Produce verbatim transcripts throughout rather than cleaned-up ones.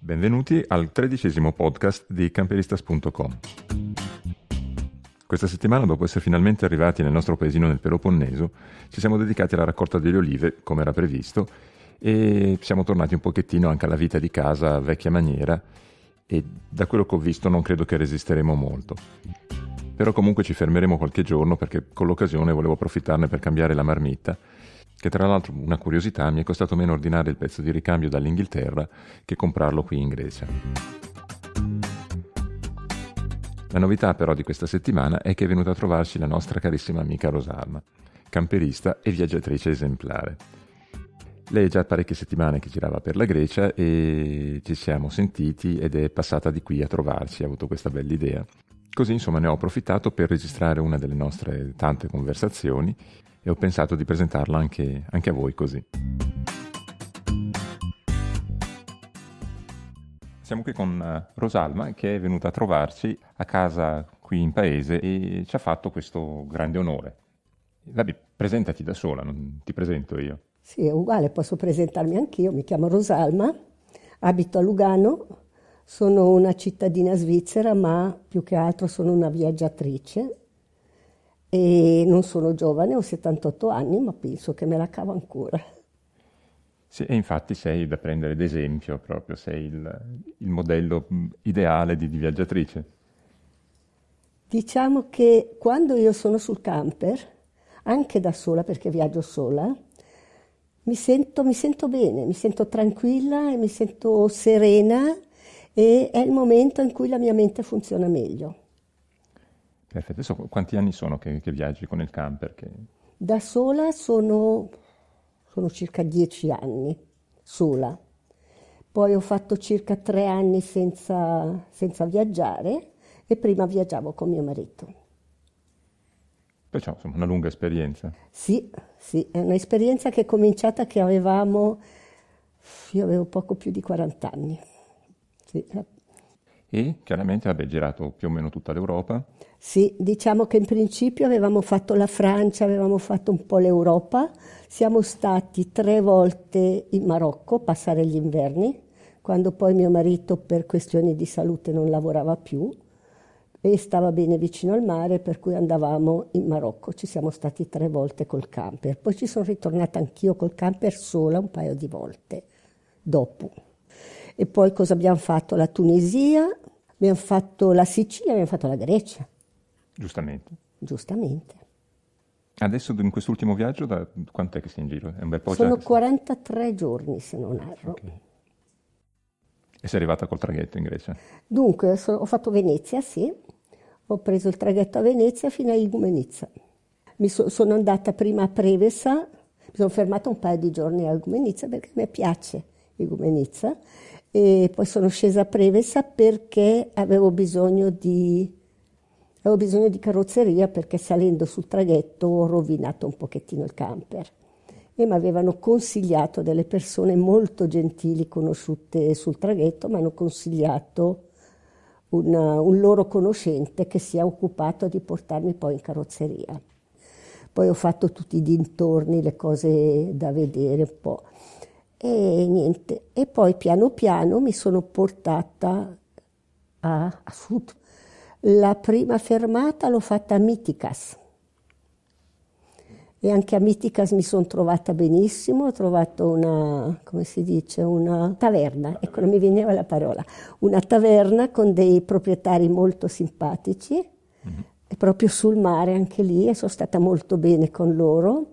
Benvenuti al tredicesimo podcast di camperistas punto com. Questa settimana, dopo essere finalmente arrivati nel nostro paesino del Peloponneso, ci siamo dedicati alla raccolta delle olive, come era previsto, e siamo tornati un pochettino anche alla vita di casa vecchia maniera, e da quello che ho visto non credo che resisteremo molto. Però comunque ci fermeremo qualche giorno perché con l'occasione volevo approfittarne per cambiare la marmitta, che tra l'altro, una curiosità, mi è costato meno ordinare il pezzo di ricambio dall'Inghilterra che comprarlo qui in Grecia. La novità però di questa settimana è che è venuta a trovarci la nostra carissima amica Rosalma, camperista e viaggiatrice esemplare. Lei è già parecchie settimane che girava per la Grecia e ci siamo sentiti ed è passata di qui a trovarci, ha avuto questa bella idea. Così insomma ne ho approfittato per registrare una delle nostre tante conversazioni e ho pensato di presentarla anche, anche a voi così. Siamo qui con Rosalma che è venuta a trovarci a casa qui in paese e ci ha fatto questo grande onore. Vabbè, presentati da sola, non ti presento io. Sì, è uguale, posso presentarmi anch'io, mi chiamo Rosalma, abito a Lugano. Sono una cittadina svizzera, ma più che altro sono una viaggiatrice e non sono giovane, ho settantotto anni, ma penso che me la cavo ancora. Sì, e infatti sei da prendere d'esempio, proprio sei il, il modello ideale di, di viaggiatrice. Diciamo che quando io sono sul camper, anche da sola, perché viaggio sola, mi sento, mi sento bene, mi sento tranquilla e mi sento serena. E è il momento in cui la mia mente funziona meglio. Perfetto. Adesso quanti anni sono che, che viaggi con il camper? Che... Da sola sono, sono circa dieci anni, sola. Poi ho fatto circa tre anni senza, senza viaggiare e prima viaggiavo con mio marito. Perciò insomma una lunga esperienza. Sì, sì, è un'esperienza che è cominciata che avevamo, io avevo poco più di quaranta anni. Sì. E chiaramente avevi girato più o meno tutta l'Europa? Sì, diciamo che in principio avevamo fatto la Francia, avevamo fatto un po' l'Europa, siamo stati tre volte in Marocco a passare gli inverni, quando poi mio marito per questioni di salute non lavorava più e stava bene vicino al mare, per cui andavamo in Marocco, ci siamo stati tre volte col camper, poi ci sono ritornata anch'io col camper sola un paio di volte dopo. E poi cosa abbiamo fatto? La Tunisia, abbiamo fatto la Sicilia, abbiamo fatto la Grecia. Giustamente. Giustamente. Adesso in quest'ultimo viaggio da quant'è che sei in giro? È un bel po' Sono già quarantatré giorni se non erro. Okay. E sei arrivata col traghetto in Grecia? Dunque so, ho fatto Venezia, sì. Ho preso il traghetto a Venezia fino a Igoumenitsa. Mi so, sono andata prima a Prevesa, mi sono fermata un paio di giorni a Igoumenitsa perché mi piace Igoumenitsa. E poi sono scesa a Prevesa perché avevo bisogno di, avevo bisogno di carrozzeria perché salendo sul traghetto ho rovinato un pochettino il camper e mi avevano consigliato delle persone molto gentili conosciute sul traghetto, mi hanno consigliato una, un loro conoscente che si è occupato di portarmi poi in carrozzeria. Poi ho fatto tutti i dintorni, le cose da vedere un po'. E niente, e poi piano piano mi sono portata a, a sud. La prima fermata l'ho fatta a Mytikas e anche a Mytikas mi sono trovata benissimo, ho trovato una, come si dice, una taverna, ecco non mi veniva la parola, una taverna con dei proprietari molto simpatici, mm-hmm. E proprio sul mare anche lì e sono stata molto bene con loro.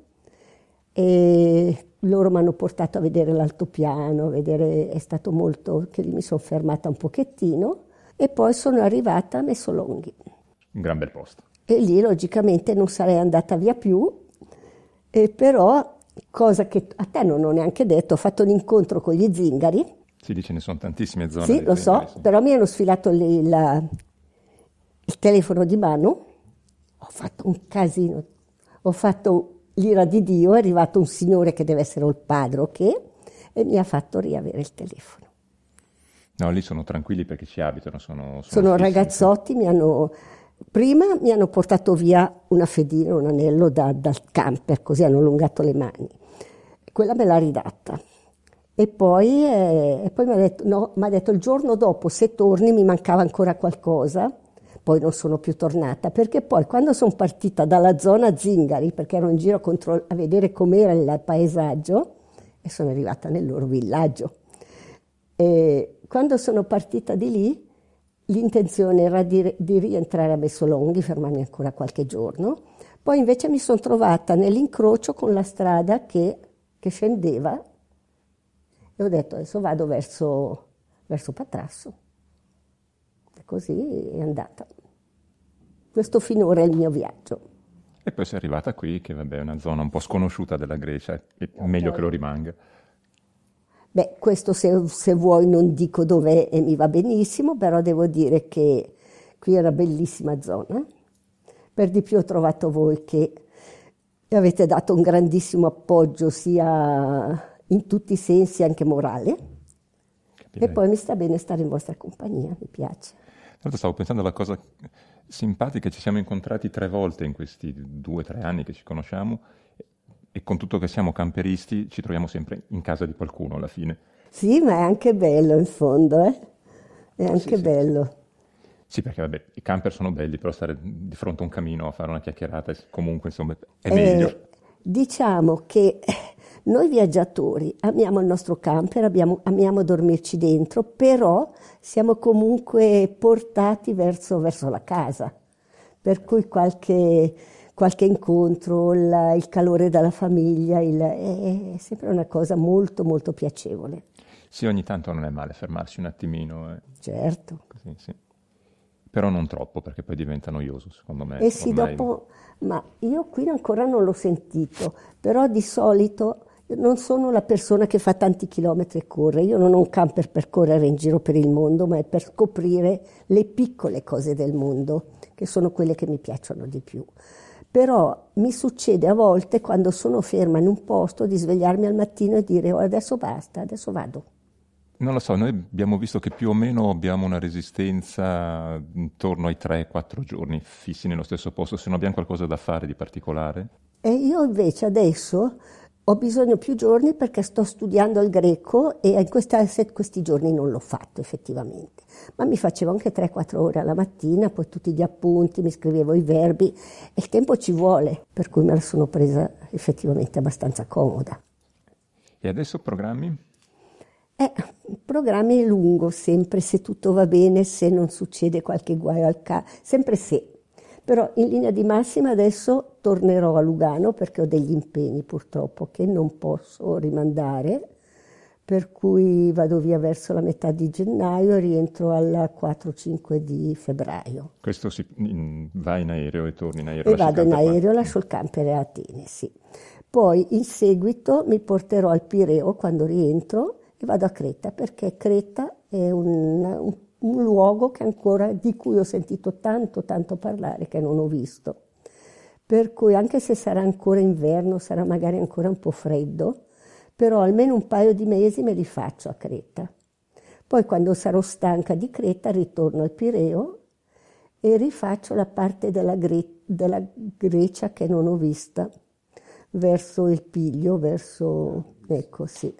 E loro mi hanno portato a vedere l'altopiano, a vedere, è stato molto, che lì mi sono fermata un pochettino e poi sono arrivata a Messolonghi. Un gran bel posto. E lì logicamente non sarei andata via più, e però, cosa che a te non ho neanche detto, ho fatto un incontro con gli zingari. Si dice ne sono tantissime zone. Sì, lo so, sì. Però mi hanno sfilato lì la, il telefono di mano, ho fatto un casino, ho fatto... l'ira di Dio, è arrivato un signore che deve essere il padre che e mi ha fatto riavere il telefono. No, lì sono tranquilli perché ci abitano, sono... Sono, sono ragazzotti, mi hanno... Prima mi hanno portato via una fedina, un anello da, dal camper, così hanno allungato le mani. Quella me l'ha ridata. E poi, eh, e poi mi ha detto, no, mi ha detto il giorno dopo, se torni mi mancava ancora qualcosa, poi non sono più tornata, perché poi quando sono partita dalla zona Zingari, perché ero in giro a, contro- a vedere com'era il paesaggio, e sono arrivata nel loro villaggio. E quando sono partita di lì, l'intenzione era di, di rientrare a Messolonghi, fermarmi ancora qualche giorno, poi invece mi sono trovata nell'incrocio con la strada che, che scendeva, e ho detto adesso vado verso, verso Patrasso. E così è andata. Questo finora è il mio viaggio. E poi sei arrivata qui, che vabbè è una zona un po' sconosciuta della Grecia, è meglio poi... che lo rimanga. Beh, questo se, se vuoi non dico dov'è e mi va benissimo, però devo dire che qui è una bellissima zona. Per di più ho trovato voi che avete dato un grandissimo appoggio sia in tutti i sensi, anche morale. Capirei. E poi mi sta bene stare in vostra compagnia, mi piace. Tra l'altro stavo pensando alla cosa simpatica, ci siamo incontrati tre volte in questi due o tre anni che ci conosciamo e con tutto che siamo camperisti ci troviamo sempre in casa di qualcuno alla fine. Sì, ma è anche bello in fondo, eh? È anche Sì, sì, bello. sì. Sì, perché vabbè, i camper sono belli, però stare di fronte a un camino a fare una chiacchierata, comunque insomma è Eh, meglio. diciamo che noi viaggiatori amiamo il nostro camper, abbiamo- amiamo dormirci dentro, però siamo comunque portati verso, verso la casa, per cui qualche, qualche incontro, il, il calore della famiglia, il- è sempre una cosa molto molto piacevole, Sì, ogni tanto non è male fermarsi un attimino, eh, certo. così, sì. Però non troppo, perché poi diventa noioso, secondo me. E sì, Ormai dopo, ma io qui ancora non l'ho sentito, però di solito io non sono la persona che fa tanti chilometri e corre, io non ho un camper per correre in giro per il mondo, ma è per scoprire le piccole cose del mondo, che sono quelle che mi piacciono di più. Però mi succede a volte, quando sono ferma in un posto, di svegliarmi al mattino e dire: "Oh, adesso basta, adesso vado." non lo so, noi abbiamo visto che più o meno abbiamo una resistenza intorno ai tre quattro giorni fissi nello stesso posto, se non abbiamo qualcosa da fare di particolare. E io invece adesso ho bisogno più giorni perché sto studiando il greco e in questa- se- questi giorni non l'ho fatto effettivamente, ma mi facevo anche tre quattro ore alla mattina, poi tutti gli appunti, mi scrivevo i verbi e il tempo ci vuole, per cui me la sono presa effettivamente abbastanza comoda. E adesso programmi? Eh, il programma è lungo, sempre se tutto va bene, se non succede qualche guaio al caso, sempre se. Però in linea di massima adesso tornerò a Lugano perché ho degli impegni purtroppo che non posso rimandare, per cui vado via verso la metà di gennaio e rientro al quattro cinque di febbraio. Questo si, in, vai in aereo e torni in aereo. E vado in aereo, qua. lascio il camper a Atene, sì. Poi in seguito mi porterò al Pireo quando rientro e vado a Creta, perché Creta è un, un, un luogo che ancora, di cui ho sentito tanto tanto parlare che non ho visto. Per cui anche se sarà ancora inverno, sarà magari ancora un po' freddo, però almeno un paio di mesi me li faccio a Creta. Poi quando sarò stanca di Creta ritorno al Pireo e rifaccio la parte della, Gre- della Grecia che non ho vista, verso il Piglio, verso, ecco sì.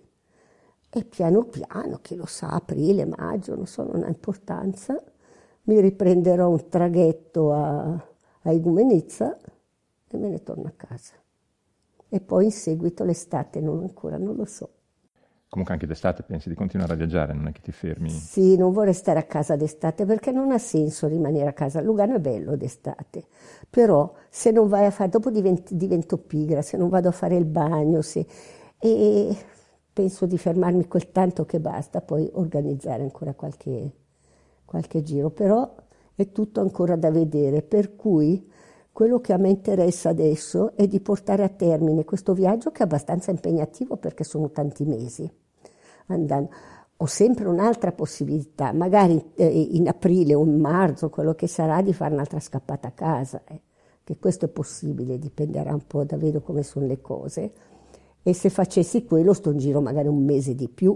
E piano piano, chi lo sa, aprile, maggio, non so, non ha importanza, mi riprenderò un traghetto a, a Igoumenitsa e me ne torno a casa. E poi in seguito l'estate, non ancora, non lo so. Comunque anche d'estate pensi di continuare a viaggiare, non è che ti fermi. Sì, non vorrei stare a casa d'estate perché non ha senso rimanere a casa. Lugano è bello d'estate, però se non vai a fare, dopo divento, divento pigra, se non vado a fare il bagno, se, e penso di fermarmi quel tanto che basta, poi organizzare ancora qualche, qualche giro, però è tutto ancora da vedere, per cui quello che a me interessa adesso è di portare a termine questo viaggio che è abbastanza impegnativo perché sono tanti mesi. Andando. Ho sempre un'altra possibilità, magari eh, in aprile o in marzo, quello che sarà, di fare un'altra scappata a casa, eh. Che questo è possibile, dipenderà un po' da vedo come sono le cose. E se facessi quello sto in giro magari un mese di più,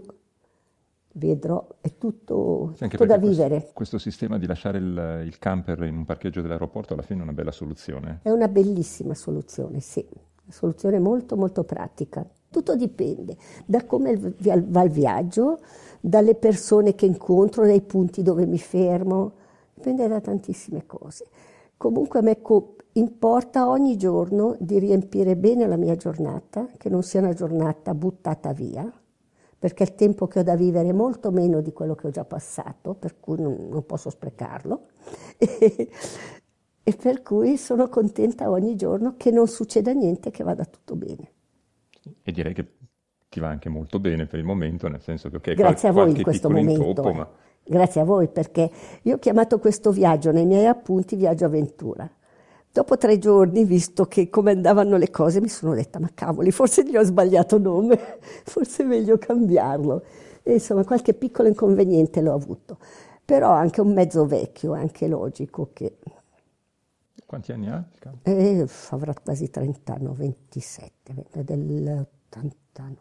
vedrò, è tutto, Sì, anche tutto da perché vivere. Questo, questo sistema di lasciare il, il camper in un parcheggio dell'aeroporto alla fine è una bella soluzione. È una bellissima soluzione, sì, una soluzione molto molto pratica. Tutto dipende da come va il viaggio, dalle persone che incontro, dai punti dove mi fermo, dipende da tantissime cose. Comunque a me importa ogni giorno di riempire bene la mia giornata, che non sia una giornata buttata via, perché il tempo che ho da vivere è molto meno di quello che ho già passato, per cui non, non posso sprecarlo. E, e per cui sono contenta ogni giorno che non succeda niente, che vada tutto bene. E direi che ti va anche molto bene per il momento, nel senso che ok, grazie qual- a voi in questo momento. Intoppo, ma... Grazie a voi, perché io ho chiamato questo viaggio nei miei appunti viaggio avventura. Dopo tre giorni, visto che come andavano le cose, mi sono detta, ma cavoli, forse gli ho sbagliato nome, forse è meglio cambiarlo. E insomma, qualche piccolo inconveniente l'ho avuto. Però anche un mezzo vecchio, è anche logico che... Quanti anni ha? Eh, avrà quasi trenta anni, ventisette, è dell'ottantanove.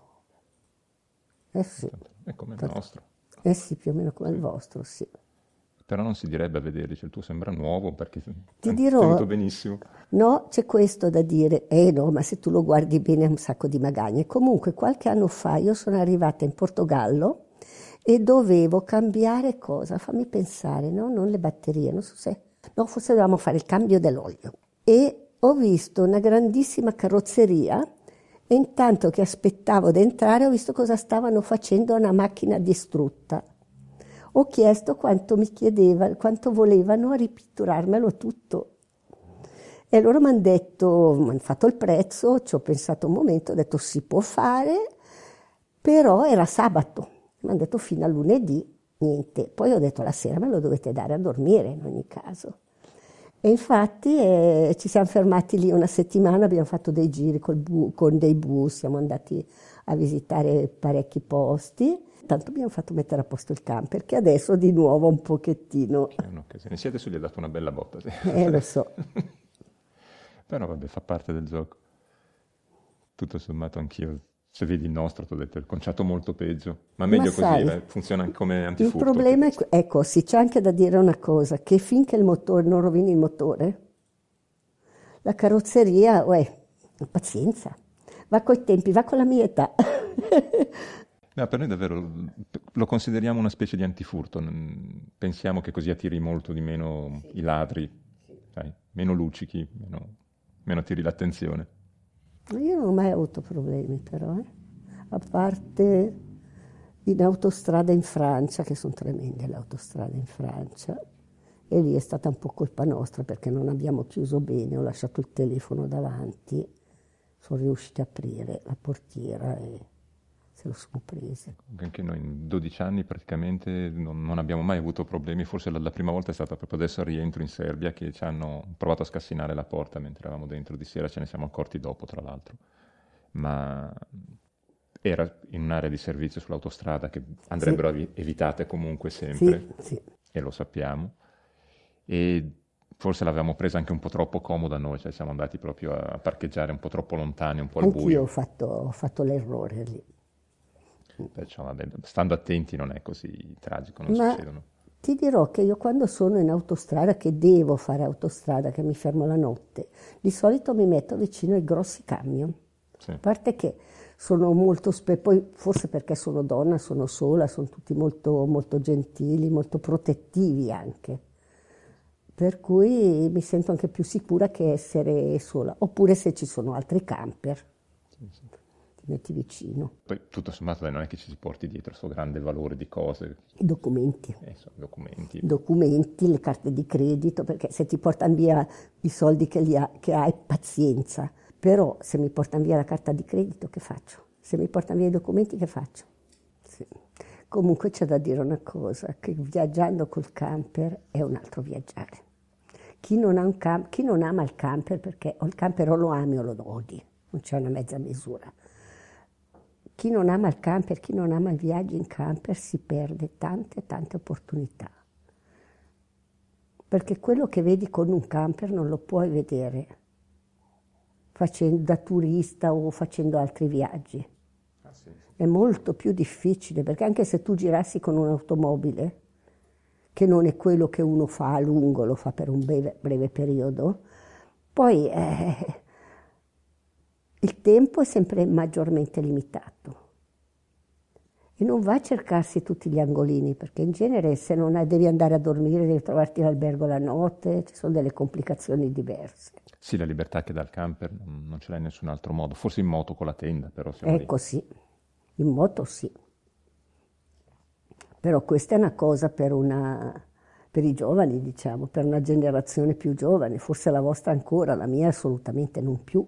Eh sì. È come il nostro. Eh sì, più o meno come il vostro, sì. Però non si direbbe a vederli, cioè il tuo sembra nuovo perché ti è dirò, tenuto benissimo. No, c'è questo da dire, eh no, ma se tu lo guardi bene è un sacco di magagne. Comunque qualche anno fa io sono arrivata in Portogallo e dovevo cambiare cosa? Fammi pensare, no? Non le batterie, non so se... No, forse dovevamo fare il cambio dell'olio. E ho visto una grandissima carrozzeria e intanto che aspettavo di entrare ho visto cosa stavano facendo a una macchina distrutta. Ho chiesto quanto mi chiedeva, quanto volevano a ripitturarmelo tutto. E loro mi hanno detto, mi hanno fatto il prezzo, ci ho pensato un momento, ho detto si può fare, però era sabato. Mi hanno detto fino a lunedì, niente. Poi ho detto la sera me lo dovete dare a dormire in ogni caso. E infatti eh, ci siamo fermati lì una settimana, abbiamo fatto dei giri col bu- con dei bus, siamo andati a visitare parecchi posti. Tanto abbiamo fatto mettere a posto il camper, che adesso di nuovo un pochettino... Che un'occasione. Sì, adesso gli ha dato una bella botta. Sì. Eh, lo so. Però vabbè, fa parte del gioco. Tutto sommato anch'io, se vedi il nostro, ti ho detto, il conciato molto peggio. Ma meglio Ma così, sai, eh, funziona anche come antifurto. Il problema è, ecco, sì, c'è anche da dire una cosa, che finché il motore non rovini il motore, la carrozzeria, uè, pazienza, va coi tempi, va con la mia età. No, per noi davvero lo consideriamo una specie di antifurto, pensiamo che così attiri molto di meno sì. i ladri, sì. sai, meno luccichi, meno, meno attiri l'attenzione. Io non ho mai avuto problemi però, eh? A parte in autostrada in Francia, che sono tremende le autostrade in Francia, e lì è stata un po' colpa nostra perché non abbiamo chiuso bene, ho lasciato il telefono davanti, sono riusciti a aprire la portiera e... se lo sono prese. Anche noi in dodici anni praticamente non, non abbiamo mai avuto problemi, forse la, la prima volta è stata proprio adesso al rientro in Serbia che ci hanno provato a scassinare la porta mentre eravamo dentro di sera, ce ne siamo accorti dopo tra l'altro, ma era in un'area di servizio sull'autostrada che andrebbero sì. evitate comunque sempre, sì, sì. e lo sappiamo, e forse l'avevamo presa anche un po' troppo comoda noi, cioè siamo andati proprio a parcheggiare un po' troppo lontani, un po' al buio. Anch'io ho fatto, ho fatto l'errore lì. Perciò, vabbè, stando attenti non è così tragico, non Ma succedono. Ti dirò che io quando sono in autostrada, che devo fare autostrada, che mi fermo la notte, di solito mi metto vicino ai grossi camion. Sì. A parte che sono molto spe- poi forse perché sono donna, sono sola, sono tutti molto, molto gentili, molto protettivi anche. Per cui mi sento anche più sicura che essere sola. Oppure se ci sono altri camper. Sì, sì. Metti vicino. Poi tutto sommato non è che ci si porti dietro il suo grande valore di cose. I documenti. Eh, so, documenti. Documenti, le carte di credito, perché se ti portano via i soldi che, li ha, che hai, pazienza. Però se mi portano via la carta di credito, che faccio? Se mi portano via i documenti, che faccio? Sì. Comunque c'è da dire una cosa, che viaggiando col camper è un altro viaggiare. Chi non, ha un cam- chi non ama il camper, perché o il camper o lo ami o lo odi, non c'è una mezza misura. Chi non ama il camper, chi non ama i viaggi in camper si perde tante, tante opportunità. Perché quello che vedi con un camper non lo puoi vedere facendo da turista o facendo altri viaggi. Ah, sì, sì. È molto più difficile, perché anche se tu girassi con un'automobile, che non è quello che uno fa a lungo, lo fa per un breve, breve periodo, poi... Eh, il tempo è sempre maggiormente limitato e non va a cercarsi tutti gli angolini, perché in genere se non hai- devi andare a dormire, devi trovarti l'albergo la notte, ci sono delle complicazioni diverse. Sì, la libertà che dà il camper non non ce l'hai in nessun altro modo, forse in moto con la tenda, però siamo È lì. così, in moto sì, però questa è una cosa per, una, per i giovani, diciamo, per una generazione più giovane, forse la vostra ancora, la mia assolutamente non più.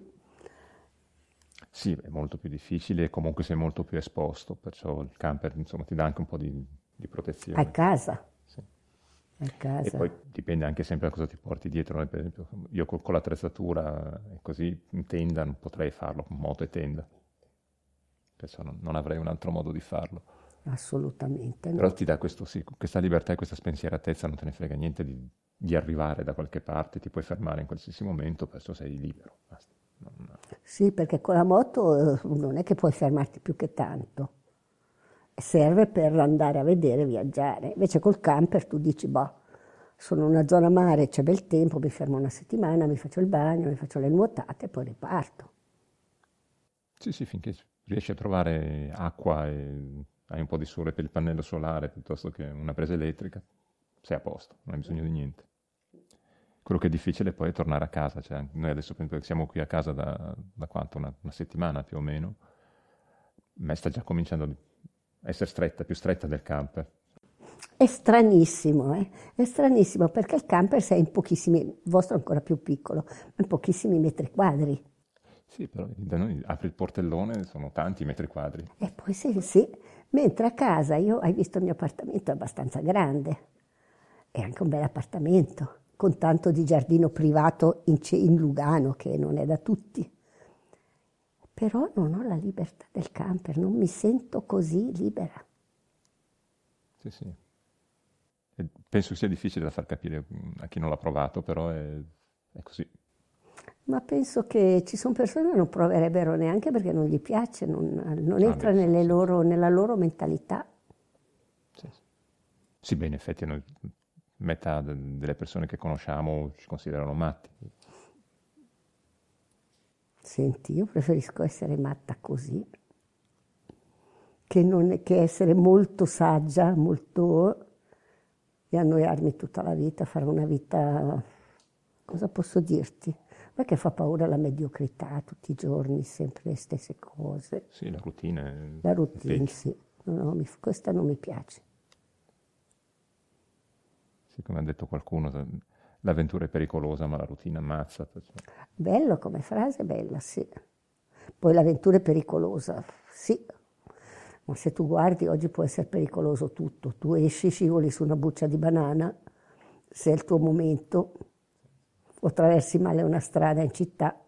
Sì, è molto più difficile e comunque sei molto più esposto, perciò il camper insomma ti dà anche un po' di, di A protezione. casa, Sì. a E casa. poi dipende anche sempre da cosa ti porti dietro. Per esempio, io col- con l'attrezzatura e così in tenda non potrei farlo, moto e tenda, perciò non, non avrei un altro modo di farlo. Assolutamente Però no. ti dà questo, sì, questa libertà e questa spensieratezza, non te ne frega niente di, di arrivare da qualche parte, ti puoi fermare in qualsiasi momento, perciò sei libero. Basta. Non- Sì, perché con la moto eh, non è che puoi fermarti più che tanto. Serve per andare a vedere, viaggiare. Invece col camper tu dici, boh, sono in una zona mare, c'è bel tempo, mi fermo una settimana, mi faccio il bagno, mi faccio le nuotate e poi riparto. Sì, sì, finché riesci a trovare acqua e hai un po' di sole per il pannello solare piuttosto che una presa elettrica, sei a posto, non hai bisogno di niente. Quello che è difficile poi è tornare a casa, cioè, noi adesso penso che siamo qui a casa da, da quanto? Una, una settimana più o meno, a me sta già cominciando a essere stretta, più stretta del camper. È stranissimo, eh? È stranissimo perché il camper sei in pochissimi, il vostro è ancora più piccolo, in pochissimi metri quadri. Sì, però da noi apri il portellone, sono tanti metri quadri. E poi sì, sì, mentre a casa io, hai visto il mio appartamento, è abbastanza grande, è anche un bel appartamento, con tanto di giardino privato in, Ce- in Lugano, che non è da tutti. Però non ho la libertà del camper, non mi sento così libera. Sì, sì. E penso sia difficile da far capire mm, a chi non l'ha provato, però è, è così. Ma penso che ci sono persone che non proverebbero neanche perché non gli piace, non, non Ah, entra beh, sì, nelle sì. loro- nella loro mentalità. Sì, sì. Sì, beh, in effetti noi, metà de- delle persone che conosciamo ci considerano matti. Senti, io preferisco essere matta così, che, non, che essere molto saggia, molto... e annoiarmi tutta la vita, fare una vita... Cosa posso dirti? Perché fa paura la mediocrità, tutti i giorni, sempre le stesse cose. Sì, la routine è La è routine, peggio. sì. No, no, mi- questa non mi piace. Sì, come ha detto qualcuno, l'avventura è pericolosa, ma la routine ammazza. Perciò- Bello come frase, bella, sì. Poi l'avventura è pericolosa, sì. Ma se tu guardi, oggi può essere pericoloso tutto. Tu esci, scivoli su una buccia di banana, se è il tuo momento, o attraversi male una strada in città.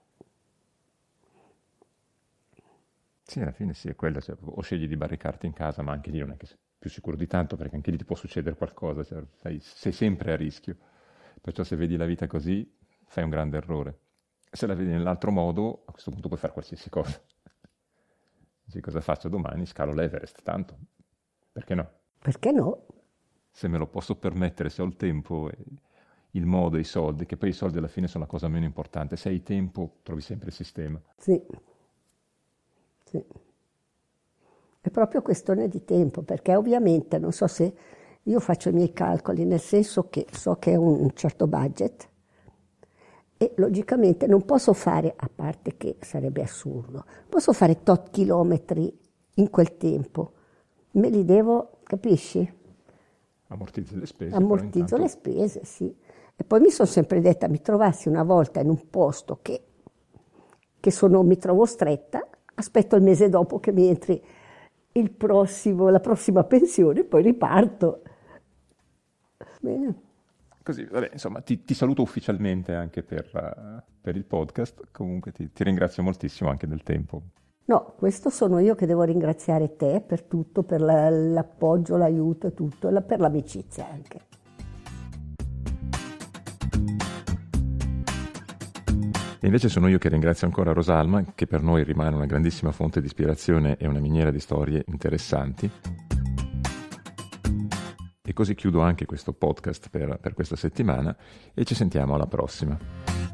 Sì, alla fine sì, è quello, cioè, o scegli di barricarti in casa, ma anche lì non è che sei più sicuro di tanto, perché anche lì ti può succedere qualcosa, cioè, sei, sei sempre a rischio. Perciò se vedi la vita così, fai un grande errore. Se la vedi nell'altro modo, a questo punto puoi fare qualsiasi cosa. Dici, cosa faccio domani? Scalo l'Everest, tanto. Perché no? Perché no? Se me lo posso permettere, se ho il tempo, e il modo e i soldi, che poi i soldi alla fine sono la cosa meno importante. Se hai tempo, trovi sempre il sistema. Sì, sì. È proprio questione di tempo, perché ovviamente non so se io faccio i miei calcoli, nel senso che so che è un certo budget e logicamente non posso fare, a parte che sarebbe assurdo, posso fare tot chilometri in quel tempo, me li devo, capisci? Ammortizzi le spese, però Ammortizzo intanto... le spese, sì. E poi mi sono sempre detta, mi trovassi una volta in un posto che, che sono, mi trovo stretta, aspetto il mese dopo che mi entri il prossimo, la prossima pensione, poi riparto. Bene. Così, vabbè, insomma, ti, ti saluto ufficialmente anche per, uh, per il podcast. Comunque ti, ti ringrazio moltissimo anche del tempo. No, questo sono io che devo ringraziare te per tutto, per la- l'appoggio, l'aiuto e tutto, e la- per l'amicizia anche. E invece sono io che ringrazio ancora Rosalma, che per noi rimane una grandissima fonte di ispirazione e una miniera di storie interessanti. E così chiudo anche questo podcast per, per questa settimana e ci sentiamo alla prossima.